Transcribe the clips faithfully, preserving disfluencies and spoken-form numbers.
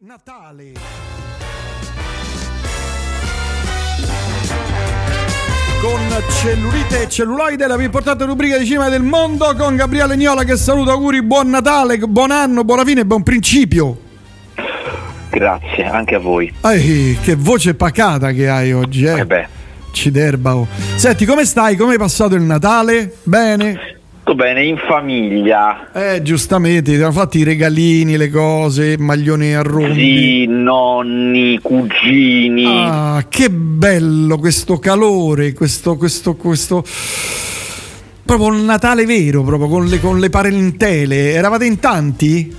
Natale. Con Cellulite e Celluloide, la più importante rubrica di cinema del mondo, con Gabriele Niola che saluta, auguri, buon Natale, buon anno, buona fine e buon principio. Grazie, anche a voi. Ehi, che voce pacata che hai oggi, eh? Eh beh. Ciderba. Oh. Senti, come stai? Come hai passato il Natale? Bene? Tutto bene, in famiglia. Eh, giustamente, ti hanno fatto i regalini, le cose, maglioni a rombi. Sì, nonni, cugini. Ah, che bello questo calore, questo, questo, questo... proprio un Natale vero, proprio con le, con le parentele. Eravate in tanti?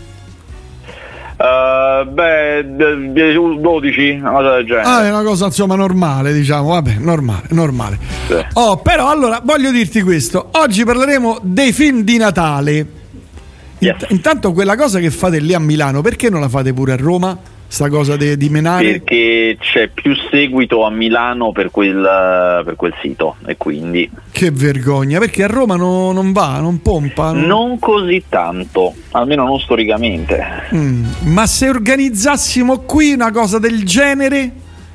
Uh, beh, dodici, una cosa del genere. Ah, è una cosa insomma normale, diciamo, vabbè, normale, normale. Sì. Oh, però allora voglio dirti questo, oggi parleremo dei film di Natale. Yes. Int- intanto quella cosa che fate lì a Milano, perché non la fate pure a Roma? Sta cosa de- di menare? Perché c'è più seguito a Milano per quel, per quel sito, e quindi... Che vergogna, perché a Roma no, non va, non pompa? Non... non così tanto, almeno non storicamente. Mm, ma se organizzassimo qui una cosa del genere?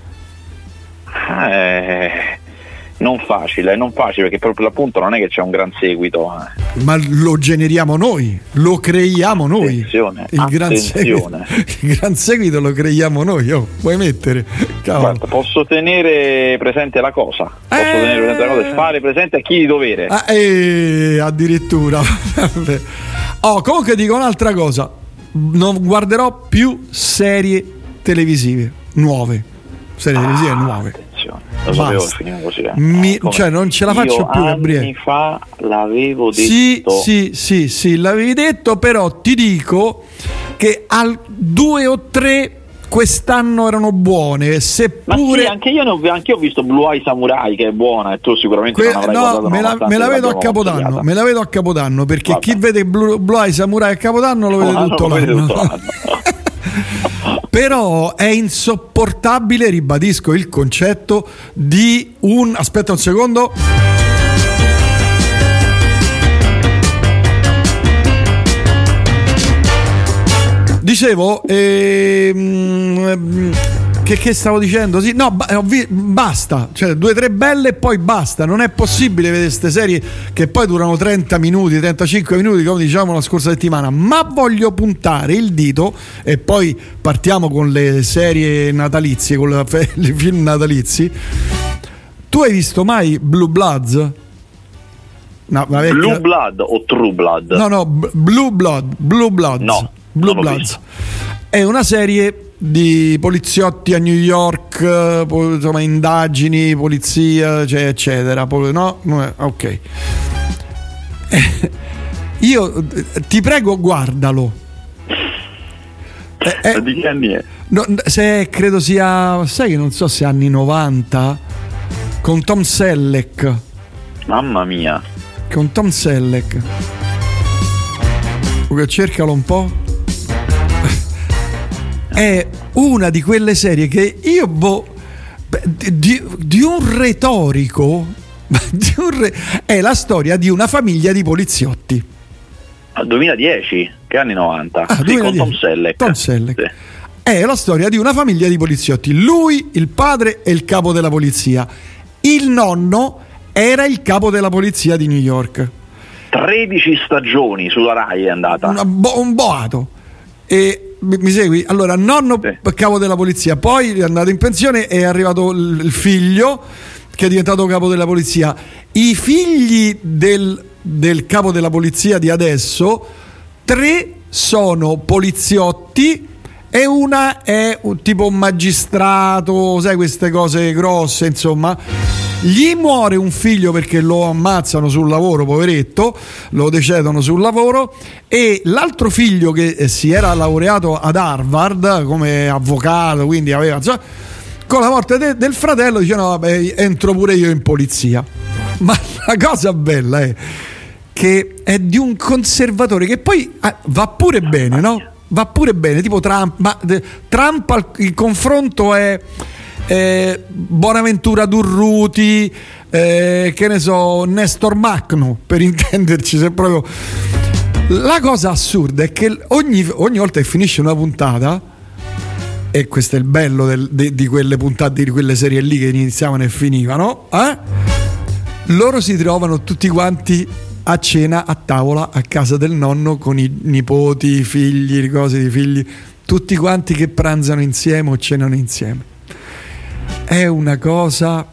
Eh... Non facile, non facile, perché proprio l'appunto non è che c'è un gran seguito. Eh. Ma lo generiamo noi, lo creiamo noi. Attenzione, il, gran seguito, il gran seguito lo creiamo noi. Oh, vuoi mettere? Guarda, posso tenere presente la cosa. Posso eh... tenere presente la cosa e fare presente a chi di dovere. Ah, eh, addirittura. Oh, comunque dico un'altra cosa. Non guarderò più serie televisive nuove. Serie ah, televisive nuove. Attenzione. Lo sapevo che finiva così. Eh. Mi, cioè non ce la faccio Io più, Gabriele. Anni fa l'avevo detto. Sì, sì, sì, sì, l'avevi detto, però ti dico che al due o tre quest'anno erano buone, seppure... Ma sì, anche io, ne ho, anche io ho visto Blue Eye Samurai, che è buona, e tu sicuramente que- non avrai no, guardato. me la, me la vedo a Capodanno, me la vedo a Capodanno, perché Vabbè. Chi vede Blue, Blue Eye Samurai a Capodanno lo vede no, tutto lo l'anno. Vede tutto l'anno. Però è insopportabile, ribadisco il concetto di un... Aspetta un secondo. Dicevo, ehm, che, che stavo dicendo? Sì, no, basta, cioè due o tre belle e poi basta. Non è possibile vedere queste serie che poi durano trenta minuti, trentacinque minuti, come diciamo la scorsa settimana. Ma voglio puntare il dito, e poi partiamo con le serie natalizie, con i film natalizi. Tu hai visto mai Blue Bloods? No, vecchia... Blue Blood o True Blood? No, no, b- Blue Blood, Blue Bloods. No, Blue Bloods. È una serie di poliziotti a New York, insomma, indagini, polizia, cioè, eccetera. No? Ok. Io ti prego, guardalo. Eh, eh, di che anni è? No, se credo sia, sai che non so se anni novanta, con Tom Selleck. Mamma mia. Con Tom Selleck. Cercalo un po'. È una di quelle serie che io boh, di, di un retorico di un re, è la storia di una famiglia di poliziotti. Al duemiladieci, che anni novanta? Ah, sì, con Tom Selleck. Tom Selleck. Sì. È la storia di una famiglia di poliziotti. Lui, il padre, è il capo della polizia. Il nonno era il capo della polizia di New York. tredici stagioni sulla Rai è andata. Una, un boato. E mi segui? Allora, nonno sì. capo della polizia, poi è andato in pensione e è arrivato il figlio che è diventato capo della polizia. I figli del, del capo della polizia di adesso, tre sono poliziotti e una è un, tipo un magistrato, sai, queste cose grosse, insomma. Gli muore un figlio perché lo ammazzano sul lavoro, poveretto, lo decedono sul lavoro, e l'altro figlio che si era laureato ad Harvard come avvocato, quindi aveva, con la morte de- del fratello dice no vabbè, entro pure io in polizia. Ma la cosa bella è che è di un conservatore che poi ah, va pure bene, no? Va pure bene, tipo Trump, ma de- Trump il confronto è Eh, Bonaventura Durruti, eh, che ne so, Nestor Macno, per intenderci, se proprio. La cosa assurda è che ogni, ogni volta che finisce una puntata e questo è il bello del, de, di quelle puntate, di quelle serie lì che iniziavano e finivano, eh? Loro si trovano tutti quanti a cena a tavola a casa del nonno con i nipoti, i figli, le cose di figli, tutti quanti che pranzano insieme o cenano insieme. È una cosa,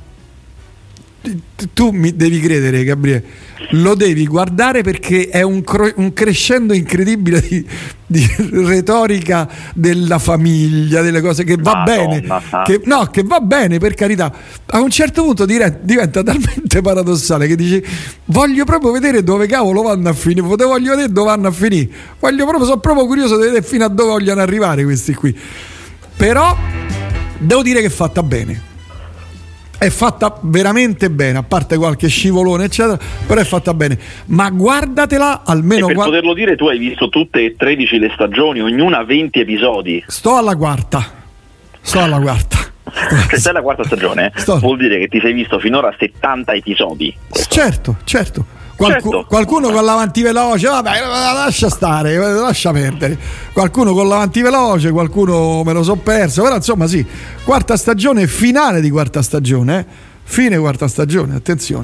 tu mi devi credere, Gabriele, lo devi guardare perché è un, cro- un crescendo incredibile di, di retorica della famiglia, delle cose che va Madonna, bene, che, no, che va bene, per carità. A un certo punto dire, diventa talmente paradossale che dici voglio proprio vedere dove cavolo vanno a finire, voglio vedere dove vanno a finire, voglio proprio, sono proprio curioso di vedere fino a dove vogliono arrivare questi qui. Però devo dire che è fatta bene. È fatta veramente bene, a parte qualche scivolone eccetera, però è fatta bene. Ma guardatela almeno. E per guard- poterlo dire, tu hai visto tutte e tredici le stagioni, ognuna venti episodi. Sto alla quarta. Sto alla quarta. Se sei alla quarta stagione, Sto. vuol dire che ti sei visto finora settanta episodi. Questo. Certo, certo. Qualcu- certo. Qualcuno con l'avanti veloce, vabbè, lascia stare, lascia perdere. Qualcuno con l'avanti veloce, qualcuno me lo so perso, però insomma sì, quarta stagione, finale di quarta stagione, eh? Fine quarta stagione, attenzione.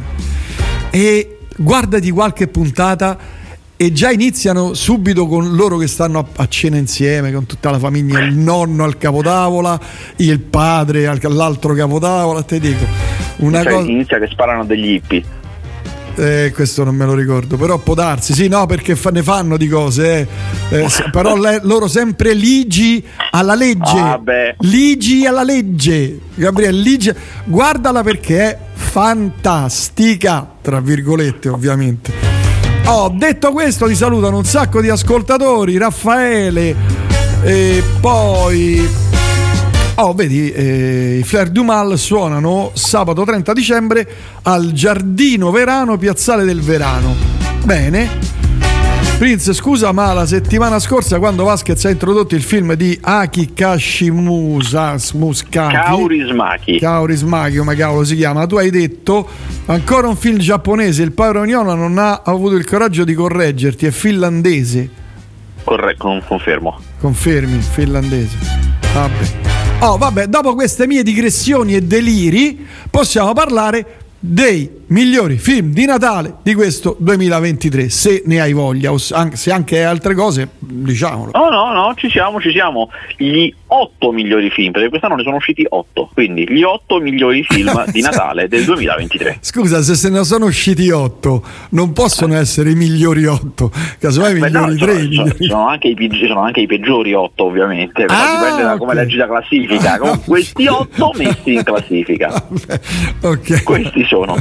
E guardati qualche puntata e già iniziano subito con loro che stanno a, a cena insieme con tutta la famiglia, il nonno al capotavola, il padre al, all'altro capotavola, te dico. Una cioè, cosa... inizia che sparano degli hippie. Eh, questo non me lo ricordo, però può darsi, sì, no, perché fa, ne fanno di cose, eh. Eh, se, però le, loro sempre ligi alla legge, ah, ligi alla legge, Gabriele, ligi, guardala perché è fantastica, tra virgolette ovviamente. Oh, detto questo ti salutano un sacco di ascoltatori, Raffaele, e poi... Oh, vedi, eh, i Fleur du Mal suonano sabato trenta dicembre al Giardino Verano, Piazzale del Verano. Bene. Prince, scusa, ma la settimana scorsa quando Vasquez ha introdotto il film di Aki Kashimusa Muscaki, Kaurismäki Kaurismäki, come cavolo si chiama, tu hai detto ancora un film giapponese, il padre Ognola non ha avuto il coraggio di correggerti, è finlandese. Corretto, confermo. Confermi, finlandese. Vabbè. Oh, vabbè, dopo queste mie digressioni e deliri possiamo parlare dei migliori film di Natale di questo duemilaventitré, se ne hai voglia, o se anche hai altre cose, diciamolo. No, no, no, ci siamo, ci siamo. Gli otto migliori film, perché quest'anno ne sono usciti otto, quindi gli otto migliori film di Natale del duemilaventitré. Scusa, se se ne sono usciti otto, non possono essere i migliori otto, casomai i Beh, migliori no, tre. sono, migliori... sono, anche i peggiori, sono anche i peggiori otto, ovviamente, però ah, dipende da come okay. leggi la classifica. Con questi otto messi in classifica. Vabbè, ok. Questi sono.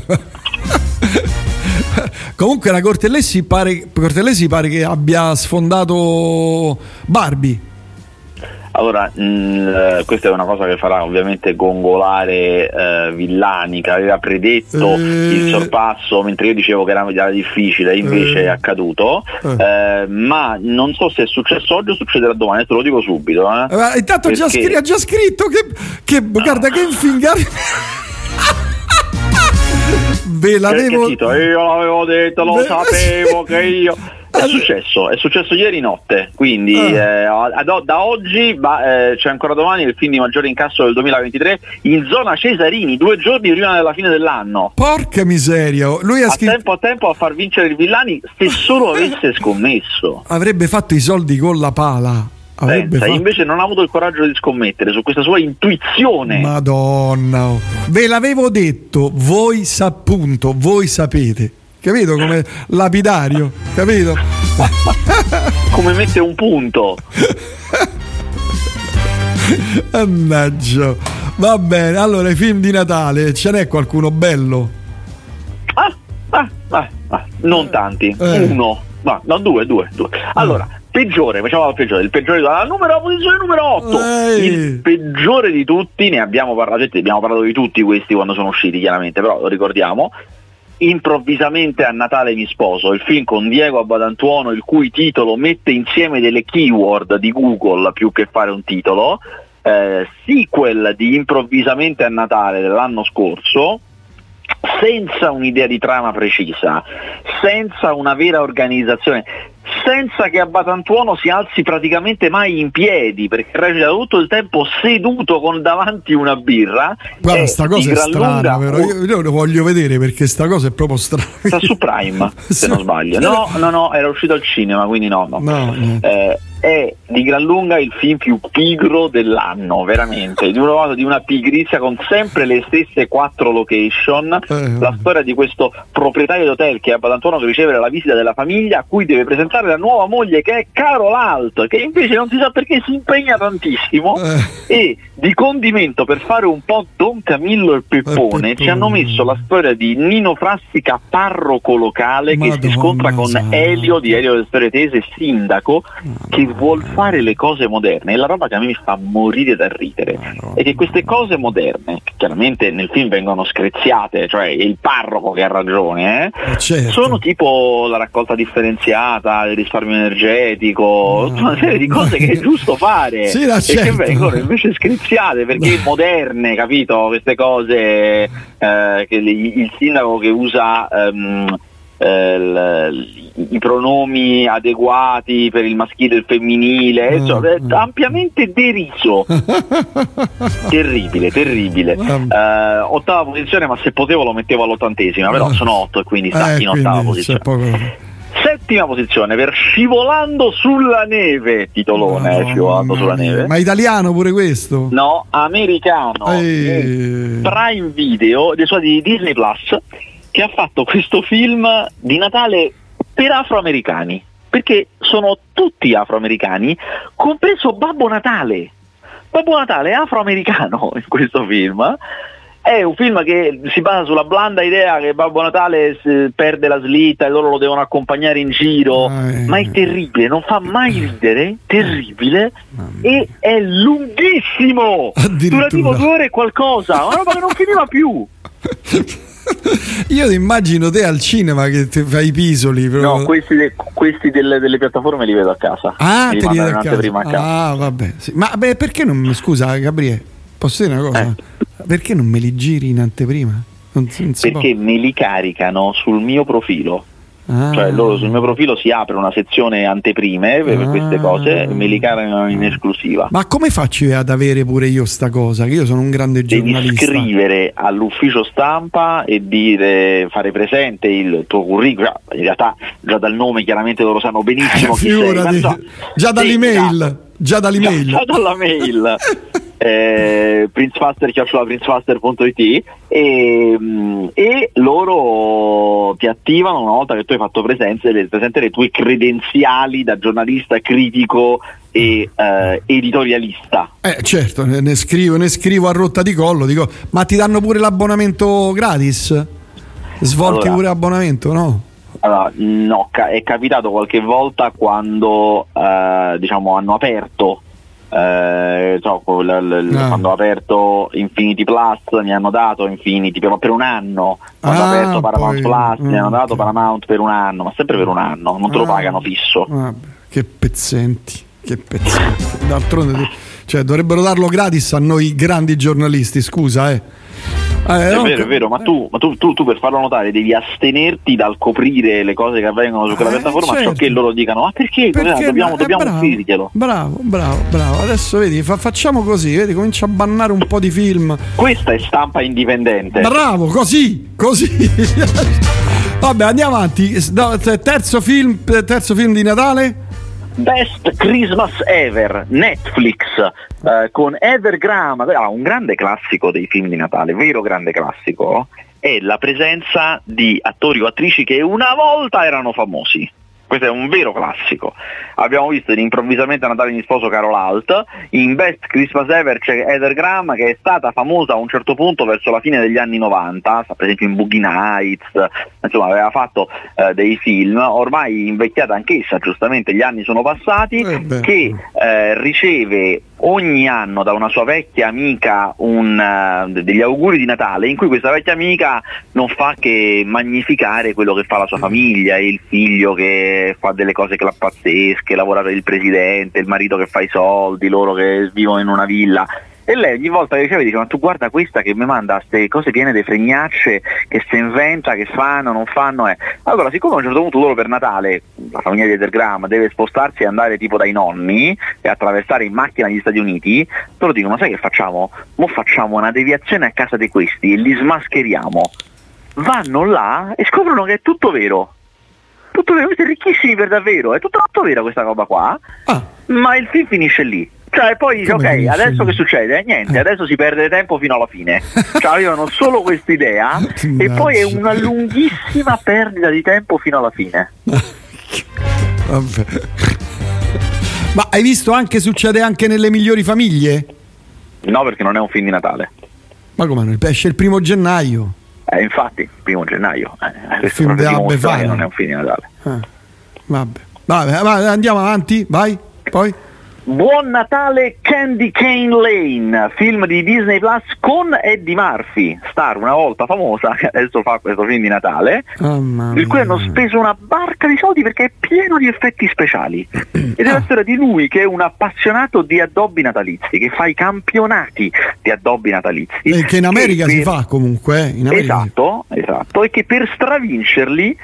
Comunque la Cortellesi pare, Cortellesi pare che abbia sfondato Barbie. Allora, mh, questa è una cosa che farà ovviamente gongolare eh, Villani, che aveva predetto eh, il sorpasso mentre io dicevo che era, era difficile, invece eh, è accaduto, eh. Eh, ma non so se è successo oggi o succederà domani, te lo dico subito. Eh, eh, intanto perché... già scri- ha già scritto che, che no. Guarda che infingare. Ve l'avevo detto, io l'avevo detto, lo Ve... sapevo che io è successo, è successo ieri notte, quindi ah. eh, ad, da oggi va, eh, c'è ancora domani il film di maggiore incasso del duemilaventitré in zona Cesarini, due giorni prima della fine dell'anno. Porca miseria, lui ha scritto a tempo a tempo a far vincere il Villani, se solo avesse scommesso. Avrebbe fatto i soldi con la pala. Pensa, fatto... invece non ha avuto il coraggio di scommettere su questa sua intuizione. Madonna, ve l'avevo detto, voi sappunto, voi sapete, capito? Come lapidario, capito? Come mette un punto. Mannaggia. Va bene, allora i film di Natale, ce n'è qualcuno bello? Ah, ah, ah, ah non tanti, eh. uno, no, no, due, due, due. Allora, eh. peggiore, facciamo il peggiore, il peggiore la numero, posizione numero otto. Ehi. Il peggiore di tutti, ne abbiamo parlato, abbiamo parlato di tutti questi quando sono usciti chiaramente, però lo ricordiamo. Improvvisamente a Natale mi sposo, il film con Diego Abbadantuono, il cui titolo mette insieme delle keyword di Google più che fare un titolo, eh, sequel di Improvvisamente a Natale dell'anno scorso, senza un'idea di trama precisa, senza una vera organizzazione, senza che Abbatantuono si alzi praticamente mai in piedi, perché recita tutto il tempo seduto con davanti una birra. Guarda, sta cosa è strana, però io, io lo voglio vedere, perché sta cosa è proprio strana. Sta su Prime, se non sbaglio. No, no, no, era uscito al cinema, quindi no, no. no, no. Eh, è di gran lunga il film più pigro dell'anno, veramente, di una, di una pigrizia, con sempre le stesse quattro location. Eh, la storia di questo proprietario d'hotel che è Abbatantuono, che riceve la visita della famiglia, a cui deve presentare la nuova moglie, che è Carol Alt, che invece non si sa perché si impegna tantissimo, eh. e di condimento, per fare un po' Don Camillo e Peppone, eh, ci hanno messo la storia di Nino Frassica, parroco locale, Madonna, che si scontra con sa. Elio di Elio delle Storie Tese, sindaco, che vuol fare le cose moderne. E la roba che a me mi fa morire da ridere è che queste cose moderne, che chiaramente nel film vengono screziate, cioè il parroco che ha ragione, eh, certo. sono tipo la raccolta differenziata, il risparmio energetico, no. una serie di cose che è giusto fare, sì, e certo. che vengono invece screziate perché moderne, capito? Queste cose, eh, che il sindaco che usa um, eh, i pronomi adeguati per il maschile e il femminile, mm, cioè, mm. ampiamente deriso. terribile, terribile. Mm. Eh, ottava posizione, ma se potevo lo mettevo all'ottantesima, però mm. sono otto e quindi sta eh, in ottava posizione. Poco... Settima posizione per Scivolando sulla neve, titolone, no, Scivolando sulla neve. Ma italiano pure questo? No, americano. Ehi. Prime Video, di Disney Plus, che ha fatto questo film di Natale per afroamericani, perché sono tutti afroamericani, compreso Babbo Natale. Babbo Natale è afroamericano in questo film. È un film che si basa sulla blanda idea che Babbo Natale perde la slitta e loro lo devono accompagnare in giro, ah, eh. ma è terribile, non fa mai ridere, terribile, e è lunghissimo, dura tipo due ore e qualcosa, una roba che non finiva più. Io ti immagino te al cinema che ti fai i pisoli, però. No, questi, de- questi delle, delle piattaforme li vedo a casa. Ah, li te li vedo a casa. Prima a casa. Ah, vabbè. Sì. Ma beh, perché non, scusa Gabriele, posso dire una cosa? Eh. Perché non me li giri in anteprima? Non, non perché può. Me li caricano sul mio profilo. Ah. Cioè loro sul mio profilo si apre una sezione anteprime per ah. queste cose e me li caricano in esclusiva. Ma come faccio ad avere pure io sta cosa? Che io sono un grande giornalista. Devi scrivere all'ufficio stampa e dire, fare presente il tuo curriculum. In realtà già dal nome chiaramente loro sanno benissimo chi sei, ma so, già dall'email, già dall'email, già, già dalla mail. Eh, princefaster chiocciola princefaster punto it e, e loro ti attivano una volta che tu hai fatto presenza, presente le tue credenziali da giornalista, critico e eh, editorialista. Eh certo, ne scrivo, ne scrivo a rotta di collo, dico, ma ti danno pure l'abbonamento gratis? Svolti allora, pure l'abbonamento, no? Allora, no, è capitato qualche volta quando eh, diciamo hanno aperto Eh, so, l- l- ah. quando ho aperto Infinity Plus mi hanno dato Infinity per, per un anno, quando ah, ho aperto Paramount poi, Plus mm, mi hanno dato okay. Paramount per un anno, ma sempre per un anno, non te lo ah, pagano fisso. Vabbè, che pezzenti, che pezzenti. D'altronde, cioè, dovrebbero darlo gratis a noi grandi giornalisti, scusa eh. Eh, è no, vero, è vero, ma tu, ma tu, tu, tu per farlo notare devi astenerti dal coprire le cose che avvengono su quella eh, piattaforma, certo. ciò che loro dicano, ma perché? perché dobbiamo, dobbiamo offrirglielo. Bravo, bravo, bravo. Adesso vedi, fa, facciamo così, vedi, comincia a bannare un po' di film. Questa è stampa indipendente. Bravo, così, così. Vabbè, andiamo avanti. Terzo film, terzo film di Natale. Best Christmas Ever, Netflix, eh, con Heather Graham. Ah, un grande classico dei film di Natale, vero grande classico, è la presenza di attori o attrici che una volta erano famosi. Questo è un vero classico. Abbiamo visto in Improvvisamente a Natale mi sposo Carol Alt, in Best Christmas Ever c'è Heather Graham, che è stata famosa a un certo punto verso la fine degli anni novanta, per esempio in Boogie Nights, insomma aveva fatto eh, dei film, ormai invecchiata anch'essa, giustamente gli anni sono passati, eh che eh, riceve ogni anno da una sua vecchia amica un, uh, degli auguri di Natale, in cui questa vecchia amica non fa che magnificare quello che fa la sua famiglia, il figlio che fa delle cose pazzesche, lavora per il presidente, il marito che fa i soldi, loro che vivono in una villa, E lei ogni volta che riceve dice: ma tu guarda questa che mi manda queste cose piene di fregnacce, che si inventa, che fanno, non fanno. Eh. Allora, siccome a un certo punto loro per Natale, la famiglia di Ethergram deve spostarsi e andare tipo dai nonni e attraversare in macchina gli Stati Uniti, loro dicono: sai che facciamo? Mo facciamo una deviazione a casa di questi e li smascheriamo. Vanno là e scoprono che è tutto vero. Tutto vero, questi ricchissimi per davvero, è tutto, tutto vero questa roba qua, ah. ma il film finisce lì. Cioè poi dice: ok, adesso che succede? Niente, adesso si perde tempo fino alla fine. Cioè avevano solo quest'idea e poi è una lunghissima perdita di tempo fino alla fine. Vabbè. Ma hai visto anche succede anche nelle migliori famiglie? No, perché non è un film di Natale. Ma come? Esce il primo gennaio. Eh, infatti, primo gennaio. Eh, il film della Befana. Non è un film di Natale. Ah, vabbè. Vabbè, vabbè, andiamo avanti, vai, poi. Buon Natale Candy Cane Lane, film di Disney Plus con Eddie Murphy, star una volta famosa che adesso fa questo film di Natale, oh, per cui hanno speso una barca di soldi perché è pieno di effetti speciali ed è la storia di lui che è un appassionato di addobbi natalizi, che fa i campionati di addobbi natalizi e che in America si per... fa comunque, eh? In America. Esatto, esatto, e che per stravincerli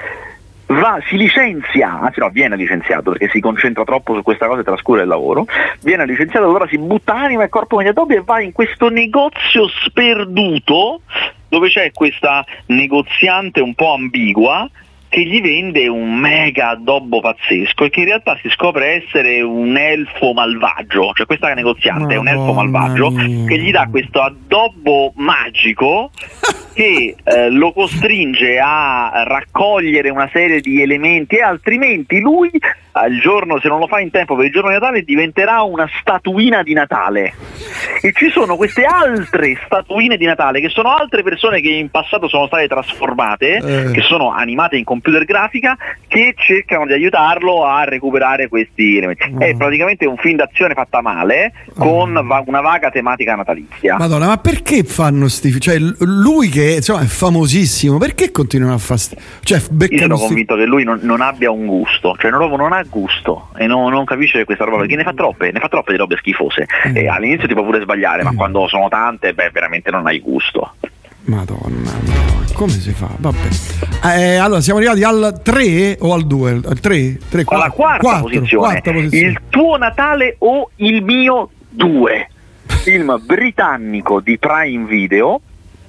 Va, si licenzia, anzi no, viene licenziato perché si concentra troppo su questa cosa e trascura il lavoro, viene licenziato, allora si butta anima e corpo negli addobbi e va in questo negozio sperduto dove c'è questa negoziante un po' ambigua che gli vende un mega addobbo pazzesco e che in realtà si scopre essere un elfo malvagio, cioè questa negoziante oh, è un elfo malvagio mia. che gli dà questo addobbo magico che eh, lo costringe a raccogliere una serie di elementi e altrimenti lui al giorno, se non lo fa in tempo per il giorno di Natale, diventerà una statuina di Natale. E ci sono queste altre statuine di Natale che sono altre persone che in passato sono state trasformate, eh. che sono animate in computer grafica, che cercano di aiutarlo a recuperare questi elementi. Oh. È praticamente un film d'azione fatta male con oh. va- una vaga tematica natalizia. Madonna, ma perché fanno sti cioè lui che insomma è famosissimo, perché continuano a fare sti... cioè, io sono sti... convinto che lui non, non abbia un gusto, cioè non, non ha gusto e non, non capisce questa roba perché ne fa troppe, ne fa troppe di robe schifose mm. e all'inizio ti può pure sbagliare, mm. ma quando sono tante, beh, veramente non hai gusto. Madonna, Madonna, come si fa? Vabbè. Eh, allora siamo arrivati al tre o al due? Al tre? tre quattro, alla quarta, quattro, posizione. quarta posizione. Il tuo Natale o il mio due, film britannico di Prime Video.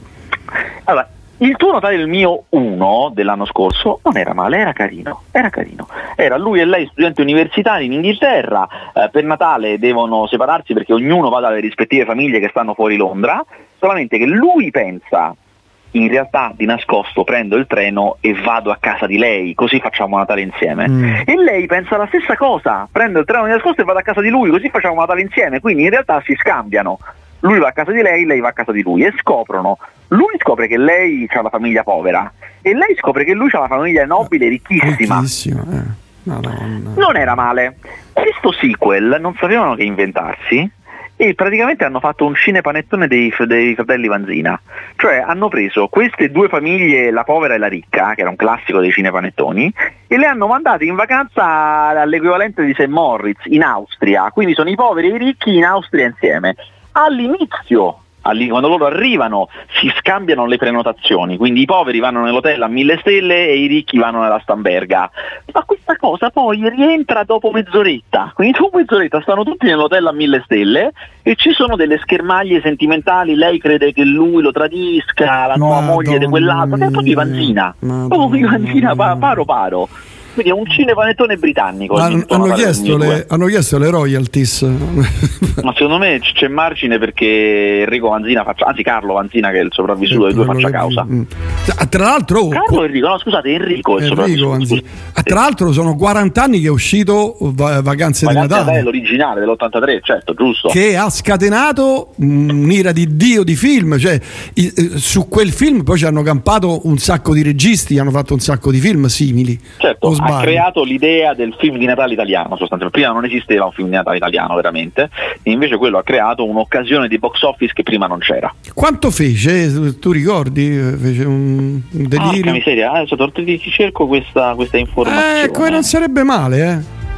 Allora, il tuo Natale il mio uno dell'anno scorso non era male, era carino, era carino. Era lui e lei studenti universitari in Inghilterra, eh, per Natale devono separarsi perché ognuno va dalle rispettive famiglie che stanno fuori Londra, solamente che lui pensa, in realtà di nascosto prendo il treno e vado a casa di lei, così facciamo Natale insieme. Mm. E lei pensa la stessa cosa, prendo il treno di nascosto e vado a casa di lui, così facciamo Natale insieme, quindi in realtà si scambiano. Lui va a casa di lei, lei va a casa di lui e scoprono, lui scopre che lei ha la famiglia povera e lei scopre che lui ha la famiglia nobile, ricchissima. Ricchissima, eh. Madonna. Non era male. Questo sequel non sapevano che inventarsi e praticamente hanno fatto un cinepanettone dei, dei fratelli Vanzina, cioè hanno preso queste due famiglie, la povera e la ricca, che era un classico dei cinepanettoni, e le hanno mandate in vacanza all'equivalente di Saint Moritz in Austria, quindi sono i poveri e i ricchi in Austria insieme. All'inizio, quando loro arrivano, si scambiano le prenotazioni, quindi i poveri vanno nell'hotel a mille stelle e i ricchi vanno nella Stamberga, ma questa cosa poi rientra dopo mezz'oretta, quindi dopo mezz'oretta stanno tutti nell'hotel a mille stelle e ci sono delle schermaglie sentimentali, lei crede che lui lo tradisca, la nuova Madonna moglie di quell'altro, è proprio Vanzina, proprio Vanzina paro paro. Quindi è un cinepanettone britannico. Hanno, hanno, chiesto le, hanno chiesto le royalties. Ma secondo me c'è margine perché Enrico Vanzina faccia, anzi Carlo Vanzina che è il sopravvissuto dei due faccia causa. Mm. Tra l'altro Carlo Enrico, no scusate, Enrico è il Enrico Vanzina. Tra l'altro sono quaranta anni che è uscito va, Vacanze, Vacanze di Natale. È l'originale dell'ottantatré, certo, giusto. Che ha scatenato un'ira di Dio di film, cioè i, su quel film poi ci hanno campato un sacco di registi, hanno fatto un sacco di film simili. Certo. Ha creato l'idea del film di Natale italiano, sostanzialmente prima non esisteva un film di Natale italiano veramente, e invece quello ha creato un'occasione di box office che prima non c'era. Quanto fece? Tu ricordi? Fece un, un delirio? Ah, miseria, adesso ti cerco questa, questa informazione. Ecco, non sarebbe male, eh.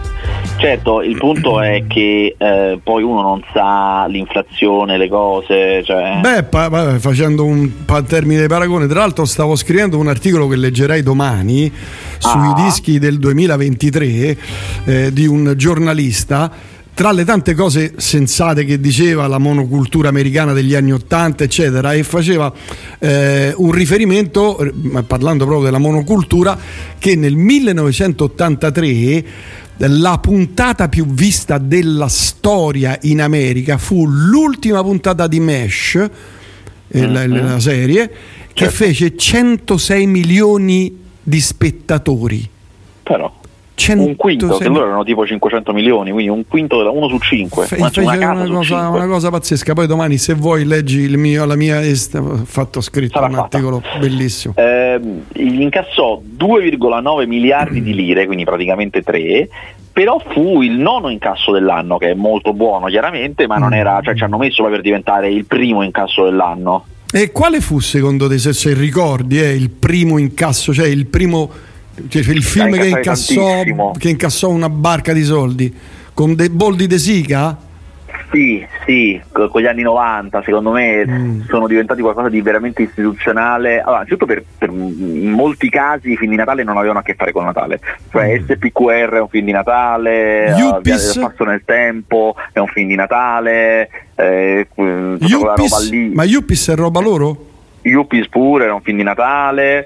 Certo, il punto è che eh, poi uno non sa l'inflazione, le cose, cioè... Beh, pa- pa- facendo un pa- termine di paragone, tra l'altro stavo scrivendo un articolo che leggerai domani sui ah. dischi del duemilaventitré eh, di un giornalista. Tra le tante cose sensate che diceva, la monocultura americana degli anni ottanta eccetera, e faceva eh, un riferimento, parlando proprio della monocultura, che nel millenovecentottantatré la puntata più vista della storia in America fu l'ultima puntata di MASH, eh, la, la serie, che certo. fece centosei milioni di spettatori. Però un quinto, che loro erano tipo cinquecento milioni, quindi un quinto della uno su cinque. Fe- una, una, cosa, una cosa pazzesca. Poi domani, se vuoi, leggi il mio, la mia est- ho fatto scritto Sarà un fatta. articolo bellissimo. Eh, incassò due virgola nove miliardi mm. di lire, quindi praticamente tre. Però fu il nono incasso dell'anno, che è molto buono chiaramente, ma non era, cioè ci hanno messo per diventare il primo incasso dell'anno. E quale fu secondo te, se, se ricordi, eh, il primo incasso, cioè il primo, cioè il film che incassò, che incassò una barca di soldi con dei boldi de Sica? Sì, sì, con gli anni novanta secondo me mm. sono diventati qualcosa di veramente istituzionale. Allora, innanzitutto per, per in molti casi i film di Natale non avevano a che fare con Natale, cioè mm. S P Q R è un film di Natale, Yuppies. uh, Passo nel tempo è un film di Natale, eh, tutta quella roba lì. Ma Yuppies è roba loro? Yuppies pure era un film di Natale,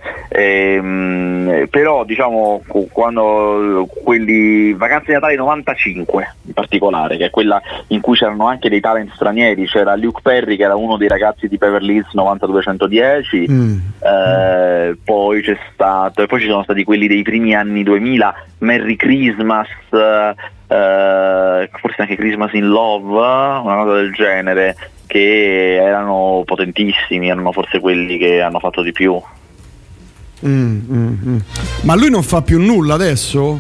ehm, però diciamo quando quelli Vacanze di Natale novantacinque in particolare, che è quella in cui c'erano anche dei talent stranieri, c'era Luke Perry che era uno dei ragazzi di Beverly Hills novantaduecentodieci, mm. eh, poi c'è stato e poi ci sono stati quelli dei primi anni duemila, Merry Christmas, eh, forse anche Christmas in Love, una cosa del genere, che erano potentissimi, erano forse quelli che hanno fatto di più. Mm, mm, mm. Ma lui non fa più nulla adesso?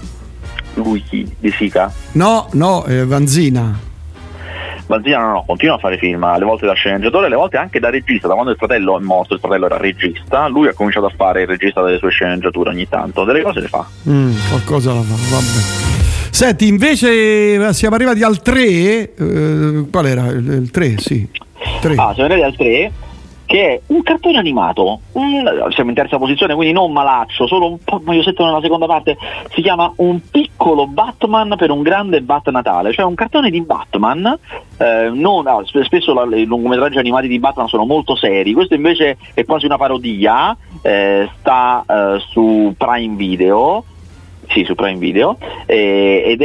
Lui chi? Di Sica? No, no, eh, Vanzina. Vanzina no, no, continua a fare film, alle volte da sceneggiatore, alle volte anche da regista. Da quando il fratello è morto, il fratello era regista, lui ha cominciato a fare il regista delle sue sceneggiature ogni tanto, delle cose le fa. Mm, qualcosa la fa, vabbè. Senti, invece siamo arrivati al tre, eh, qual era? Il tre, sì. tre. Ah, siamo arrivati al tre, che è un cartone animato, un, siamo in terza posizione, quindi non malaccio, solo un po' maiosetto nella seconda parte, si chiama Un piccolo Batman per un grande Bat Natale, cioè un cartone di Batman, eh, non, ah, spesso la, i lungometraggi animati di Batman sono molto seri, questo invece è quasi una parodia, eh, sta eh, su Prime Video, Sì, su Prime Video, eh, ed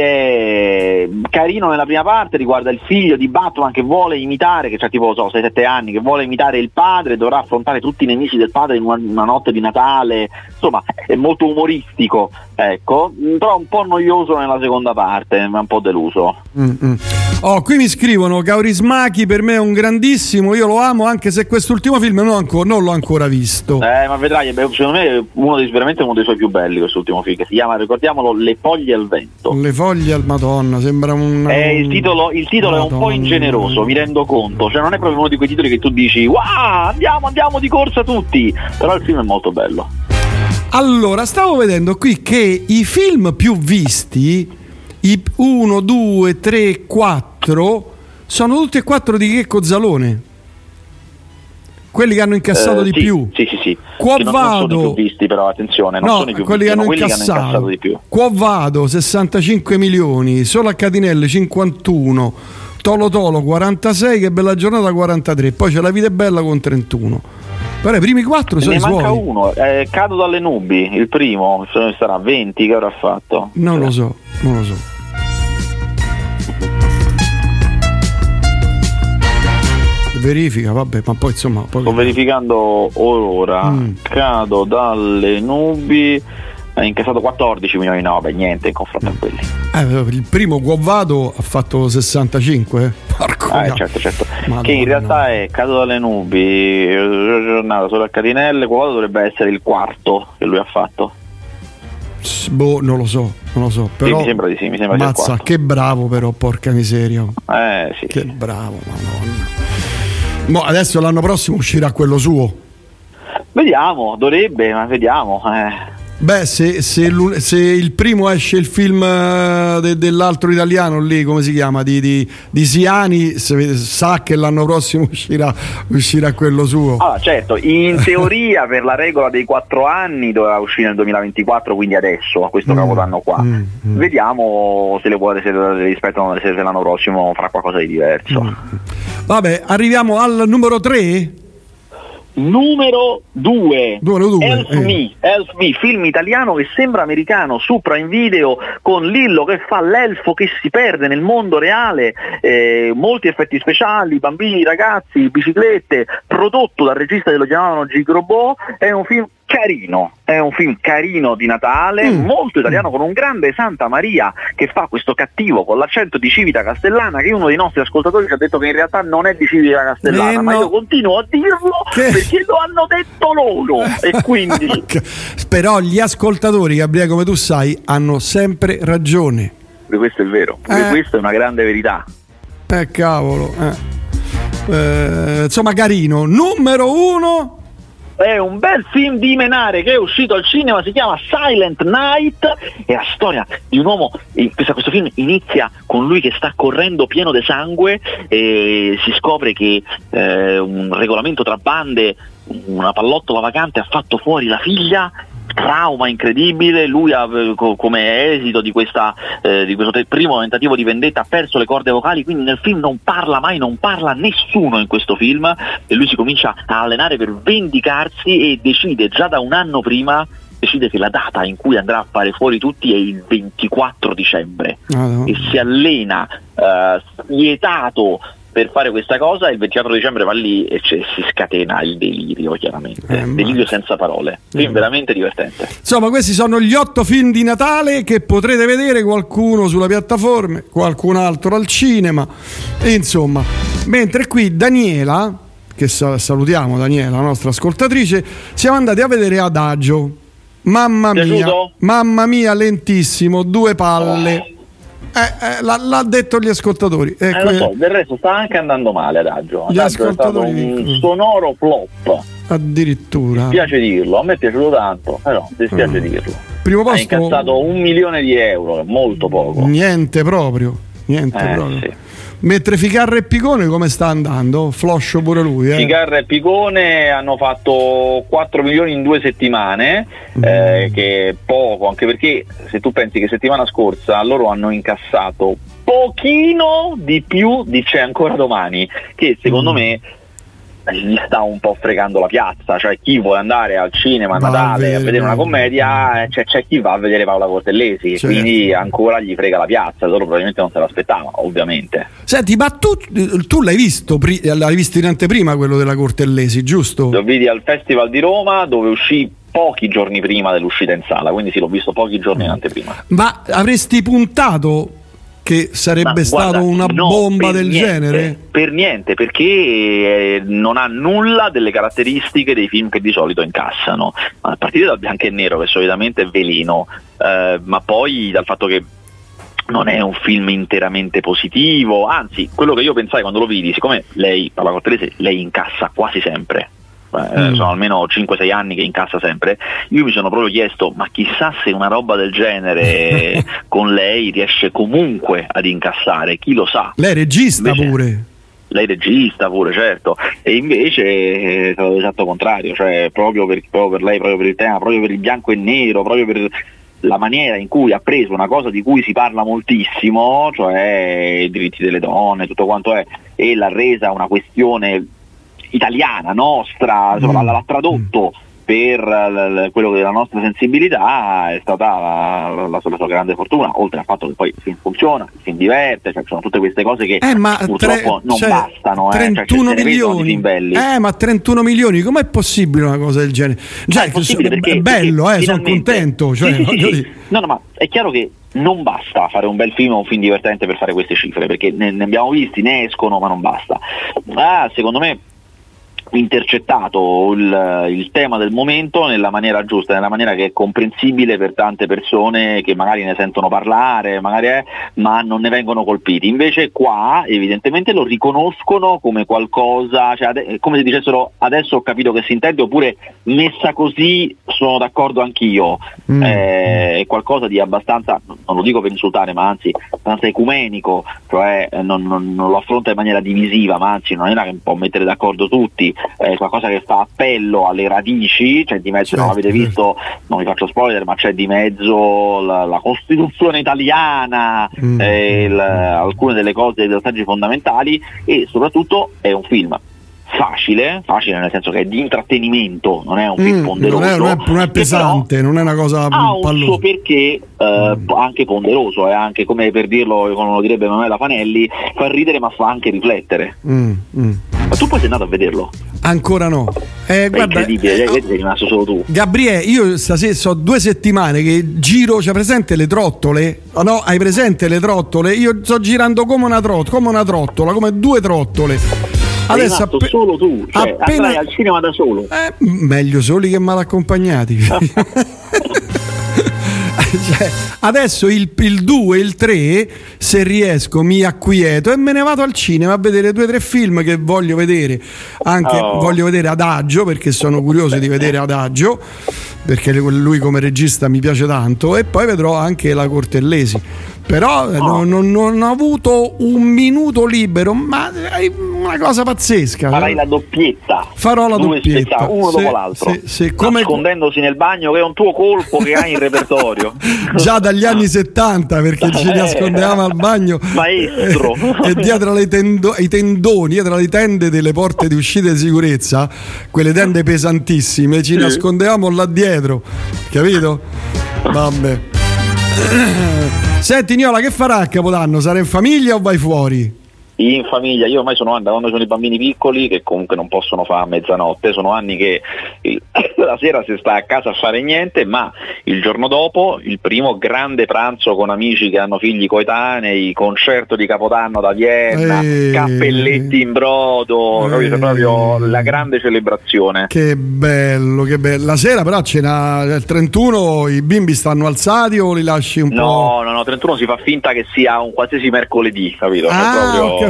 è carino nella prima parte, riguarda il figlio di Batman che vuole imitare, che c'ha tipo so, sei sette anni, che vuole imitare il padre, dovrà affrontare tutti i nemici del padre in una, una notte di Natale, insomma è molto umoristico, ecco, però un po' noioso nella seconda parte, ma un po' deluso. Mm-hmm. Oh, qui mi scrivono Kaurismäki per me è un grandissimo, io lo amo anche se quest'ultimo film non, ancora, non l'ho ancora visto. Eh, ma vedrai, secondo me è uno dei, veramente uno dei suoi più belli quest'ultimo film, che si chiama, ricordiamolo, Le foglie al vento. Le foglie al Madonna, sembra un... Eh, il titolo, il titolo è un po' ingeneroso, mi rendo conto, cioè non è proprio uno di quei titoli che tu dici wow, andiamo, andiamo di corsa tutti, però il film è molto bello. Allora, stavo vedendo qui che i film più visti, i uno, due, tre, quattro, sono tutti e quattro di Checco Zalone. Quelli che hanno incassato uh, di sì, più. Sì, sì, sì. Qua non, vado... non sono i più visti, però attenzione, non no, sono i più quelli visti, che hanno, quelli incassato. che hanno incassato di più. Qua vado sessantacinque milioni, Solo a Catinelle cinquantuno, Tolo Tolo quarantasei, Che bella giornata quarantatré, poi c'è La vita è bella con trentuno. Però i primi quattro sono i suoi. Ne manca uno, eh, Cado dalle nubi, il primo, sarà venti che avrà fatto. Non lo so, non lo so. Verifica, vabbè, ma poi insomma poi... sto verificando ora. mm. Cado dalle nubi ha incassato quattordici milioni, no, beh, niente in confronto mm. a quelli. Eh, il primo Guavado ha fatto sessantacinque, porco ah, no. certo, certo. Madonna. Che in realtà è Cado dalle nubi, giornata Solo a Catinelle, Guavado dovrebbe essere il quarto che lui ha fatto. Boh, non lo so, non lo so, però sì, mi sembra di sì, mi sembra mazza, che bravo però, porca miseria. Eh sì. Che bravo, Madonna. Mo adesso l'anno prossimo uscirà quello suo. Vediamo, dovrebbe, ma vediamo. Eh. Beh, se, se, se il primo esce il film de, dell'altro italiano lì, come si chiama, di, di, di Siani, sa che l'anno prossimo uscirà, uscirà quello suo. Allora, certo, in teoria per la regola dei quattro anni doveva uscire nel duemilaventiquattro, quindi adesso, a questo mm, capodanno qua. Mm, mm. Vediamo se le vuole se rispettano se l'anno prossimo farà qualcosa di diverso. Mm. Vabbè, arriviamo al numero tre. Numero due, Help eh. Me, Help Me, film italiano che sembra americano, su Prime Video, con Lillo che fa l'elfo che si perde nel mondo reale, eh, molti effetti speciali, bambini, ragazzi, biciclette, prodotto dal regista che lo chiamavano Gigrobò. È un film carino, è un film carino di Natale, mm. molto italiano, con un grande Santa Maria che fa questo cattivo con l'accento di Civita Castellana, che uno dei nostri ascoltatori ci ha detto che in realtà non è di Civita Castellana, eh, no. ma io continuo a dirlo che... perché lo hanno detto loro e quindi però gli ascoltatori, Gabriele, come tu sai, hanno sempre ragione. Questo è vero, eh. questa è una grande verità. Eh cavolo, eh. Eh, insomma carino. Numero uno è un bel film di Menare che è uscito al cinema, si chiama Silent Night, è la storia di un uomo. Questo, questo film inizia con lui che sta correndo pieno di sangue e si scopre che eh, un regolamento tra bande, una pallottola vacante ha fatto fuori la figlia. Trauma incredibile, lui ha, come esito di, questa, eh, di questo te- primo tentativo di vendetta ha perso le corde vocali, quindi nel film non parla mai, non parla nessuno in questo film e lui si comincia a allenare per vendicarsi e decide già da un anno prima decide che la data in cui andrà a fare fuori tutti è il ventiquattro dicembre oh, no. e si allena eh, spietato per fare questa cosa. Il ventiquattro dicembre va lì e si scatena il delirio, chiaramente eh, delirio senza parole, film eh. veramente divertente. Insomma, questi sono gli otto film di Natale che potrete vedere, qualcuno sulla piattaforma, qualcun altro al cinema, e insomma, mentre qui Daniela, che salutiamo, Daniela, la nostra ascoltatrice, siamo andati a vedere Adagio. Mamma mia, Piaciuto? mamma mia, lentissimo, due palle. Oh. Eh, eh, l'ha, l'ha detto gli ascoltatori. Eh, eh, lo so, del resto sta anche andando male Adagio. Gli Adagio è stato un sonoro flop. Addirittura. Mi spiace dirlo, a me è piaciuto tanto, però mi spiace uh. dirlo. Primo posto... Ha incassato un milione di euro, molto poco. Niente proprio, niente eh, proprio. Sì. Mentre Ficarra e Picone come sta andando? Floscio pure lui, eh? Ficarra e Picone hanno fatto quattro milioni in due settimane, mm. eh, che è poco, anche perché se tu pensi che settimana scorsa loro hanno incassato pochino di più di C'è ancora domani, che secondo mm. me gli sta un po' fregando la piazza, cioè chi vuole andare al cinema a Natale a vedere una commedia, cioè, c'è chi va a vedere Paola Cortellesi, certo. quindi ancora gli frega la piazza, loro probabilmente non se l'aspettavano, ovviamente. Senti, ma tu, tu l'hai visto, l'hai visto in anteprima quello della Cortellesi, giusto? Lo vidi al Festival di Roma, dove uscì pochi giorni prima dell'uscita in sala, quindi sì, l'ho visto pochi giorni in anteprima. Ma avresti puntato che sarebbe Ma, stata guarda, una no, bomba del niente, genere? Per niente, perché eh, non ha nulla delle caratteristiche dei film che di solito incassano, a partire dal bianco e nero che solitamente è veleno, eh, ma poi dal fatto che non è un film interamente positivo, anzi quello che io pensai quando lo vidi, siccome lei, Paola Cortellesi, lei incassa quasi sempre, eh, mm. sono almeno cinque sei anni che incassa sempre, io mi sono proprio chiesto ma chissà se una roba del genere con lei riesce comunque ad incassare, chi lo sa. Lei regista invece, pure lei regista pure, certo, e invece è stato l'esatto contrario, cioè proprio per, proprio per lei, proprio per il tema, proprio per il bianco e nero, proprio per la maniera in cui ha preso una cosa di cui si parla moltissimo, cioè i diritti delle donne, tutto quanto è, e l'ha resa una questione italiana, nostra, insomma, mm. l'ha tradotto per l- l- quello che è la nostra sensibilità, è stata la, la, la, sua, la sua grande fortuna, oltre al fatto che poi il film funziona, il film diverte, cioè sono tutte queste cose che eh, ma purtroppo tre, non cioè, bastano, trentuno eh, cioè, milioni, eh, ma trentuno milioni, com'è possibile una cosa del genere? Cioè, è, perché, è bello, perché eh, sono contento, cioè, sì, sì, sì, sì. No, no, ma è chiaro che non basta fare un bel film o un film divertente per fare queste cifre, perché ne, ne abbiamo visti, ne escono, ma non basta. Ah, secondo me intercettato il, il tema del momento nella maniera giusta, nella maniera che è comprensibile per tante persone che magari ne sentono parlare, magari è, ma non ne vengono colpiti. Invece qua evidentemente lo riconoscono come qualcosa, cioè ade- come se dicessero adesso ho capito che si intende, oppure messa così sono d'accordo anch'io. Mm. Eh, è qualcosa di abbastanza, non lo dico per insultare, ma anzi abbastanza ecumenico, cioè non, non, non lo affronta in maniera divisiva, ma anzi in una maniera che può mettere d'accordo tutti. È qualcosa che fa appello alle radici, c'è di mezzo, certo, non avete visto, non vi faccio spoiler, ma c'è di mezzo la, la Costituzione italiana, mm. eh, il, alcune delle cose, dei passaggi fondamentali, e soprattutto è un film facile, facile nel senso che è di intrattenimento, non è un film mm, ponderoso, non è, non è, non è pesante, non è una cosa ha un suo perché eh, mm. anche ponderoso, è anche, come per dirlo, come lo direbbe Emanuela Fanelli, fa ridere ma fa anche riflettere. Mm, mm. Ma tu poi sei andato a vederlo? Ancora no. Eh, guarda, incredibile, eh, sei rimasto solo tu. Gabriele, io stasera so due settimane che giro, c'è presente le trottole? Oh, no, hai presente le trottole? Io sto girando come una trottola, come una trottola, come due trottole. Adesso app- solo tu, cioè appena andrai al cinema da solo. Eh, meglio soli che mal accompagnati. Cioè, adesso il, il due, il tre, se riesco mi acquieto e me ne vado al cinema a vedere due o tre film che voglio vedere, anche oh. voglio vedere Adagio, perché sono curioso di vedere Adagio, perché lui come regista mi piace tanto, e poi vedrò anche La Cortellesi. Però oh. non, non, non ho avuto un minuto libero, ma è una cosa pazzesca. Farai la doppietta. Farò la Due doppietta spezza, uno sì, dopo l'altro, sì, sì. Come... nascondendosi nel bagno, che è un tuo colpo che hai in repertorio. Già dagli anni settanta, perché ci nascondevamo al bagno, maestro, e, e dietro le tendo, i tendoni, dietro le tende delle porte di uscita di sicurezza, quelle tende pesantissime, ci sì. nascondevamo là dietro, capito? Vabbè. Senti Niola, che farà a Capodanno? Sarà in famiglia o vai fuori? In famiglia, io ormai sono anni, da quando sono i bambini piccoli, che comunque non possono fare a mezzanotte, sono anni che il, la sera si sta a casa a fare niente, ma il giorno dopo il primo grande pranzo con amici che hanno figli coetanei, concerto di Capodanno da Vienna, Ehi. cappelletti in brodo, capito? Proprio la grande celebrazione. Che bello, che bello. La sera però cena il trentuno, i bimbi stanno alzati o li lasci un no, po'? No, no, trentuno si fa finta che sia un qualsiasi mercoledì, capito? Ah, cioè, proprio... ho capito.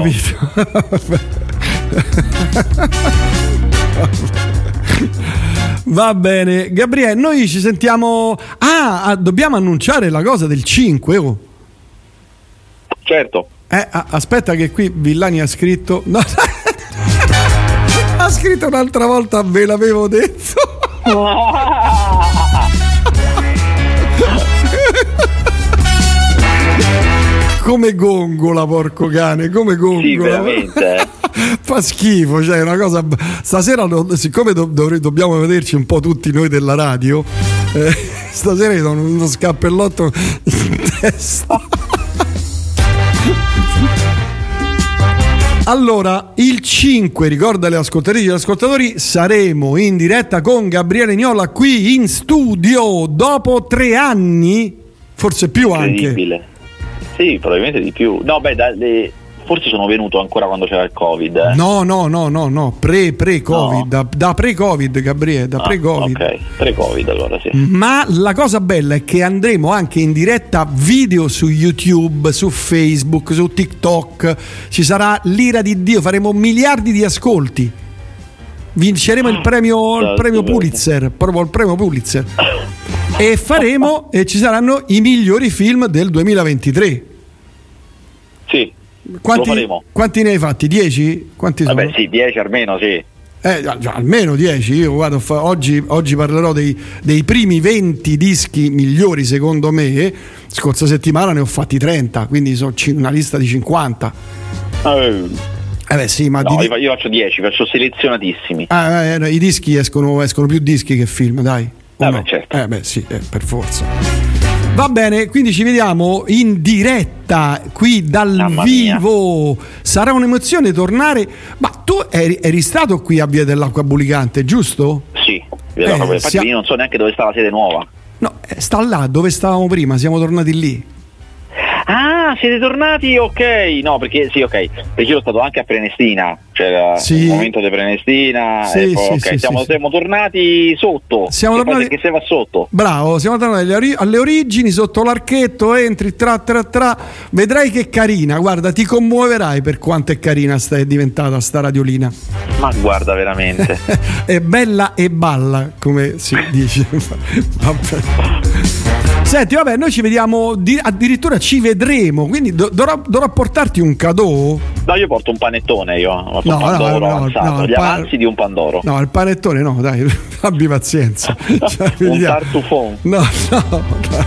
Va bene, Gabriele, noi ci sentiamo. Ah, dobbiamo annunciare la cosa del cinque. Oh. Certo. Eh, aspetta, che qui Villani ha scritto. No, ha scritto un'altra volta, ve l'avevo detto. Come gongola, porco cane, come gongola. Sì, veramente. Fa schifo, cioè una cosa. Stasera, siccome do, dov- dobbiamo vederci un po' tutti noi della radio, eh, stasera do uno scappellotto in testa. Allora, il cinque, ricorda le ascoltatrici e gli ascoltatori, saremo in diretta con Gabriele Niola qui in studio dopo tre anni, forse più anche. Sì, probabilmente di più. No, beh, da, le, forse sono venuto ancora quando c'era il Covid. Eh. No, no, no, no, no, pre, pre-Covid, no. da, da pre-Covid, Gabriele, da ah, pre-Covid. Ok, pre-Covid allora sì. Ma la cosa bella è che andremo anche in diretta video su YouTube, su Facebook, su TikTok. Ci sarà l'ira di Dio, faremo miliardi di ascolti. Vinceremo il premio, il premio Pulitzer, proprio il premio Pulitzer. E faremo e ci saranno i migliori film del duemilaventitré. Sì, quanti, lo faremo. Quanti ne hai fatti? dieci? Quanti sono? Vabbè, sì, dieci almeno, sì. Eh, almeno dieci. Io guarda, oggi, oggi parlerò dei, dei primi venti dischi migliori secondo me. Scorsa settimana ne ho fatti trenta, quindi sono una lista di cinquanta. Eh. Eh beh, sì, ma no, di... io faccio dieci, faccio selezionatissimi. Ah, eh, i dischi escono, escono più dischi che film, dai. Eh, no? beh, certo. Eh beh sì, eh, per forza. Va bene, quindi ci vediamo in diretta qui dal Mamma vivo. Mia. Sarà un'emozione tornare. Ma tu eri, eri stato qui a Via dell'Acqua Bulicante, giusto? Sì, Via dell'Acqua Bulicante. Infatti io non so neanche dove sta la sede nuova. No, sta là dove stavamo prima, siamo tornati lì. Ah, siete tornati? Ok, no, perché sì, ok, perché io ero stato anche a Prenestina, c'era sì. il momento di Prenestina, sì, e poi, sì, ok, sì, siamo, sì, siamo tornati sotto. Siamo che tornati che se va sotto. Bravo, siamo tornati alle, alle origini, sotto l'archetto, entri tra tra tra, vedrai che carina, guarda, ti commuoverai per quanto è carina sta è diventata sta radiolina. Ma guarda, veramente. È bella e balla, come si dice. Vabbè. Senti, vabbè, noi ci vediamo, di, addirittura ci vedremo, quindi do, dovrò, dovrò portarti un cadeau? No, io porto un panettone, io porto no, un pandoro no, avanzato, no, gli pan... avanzi di un pandoro. No, il panettone no, dai, abbi pazienza. Cioè, un tartufon. No, no,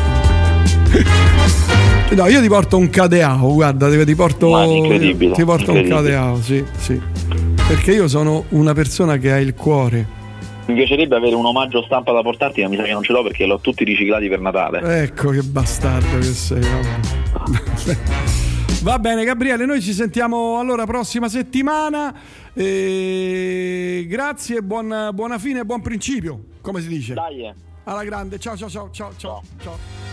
no, io ti porto un cadeao, guarda, ti porto, Ma incredibile, ti porto incredibile. un cadeao, sì, sì. Perché io sono una persona che ha il cuore. Mi piacerebbe avere un omaggio stampa da portarti, ma mi sa che non ce l'ho perché l'ho tutti riciclati per Natale. Ecco che bastardo che sei. Vabbè. Va bene Gabriele, noi ci sentiamo allora prossima settimana. E... Grazie, buon, buona fine e buon principio, come si dice. Dai. Alla grande, ciao ciao ciao ciao ciao. ciao.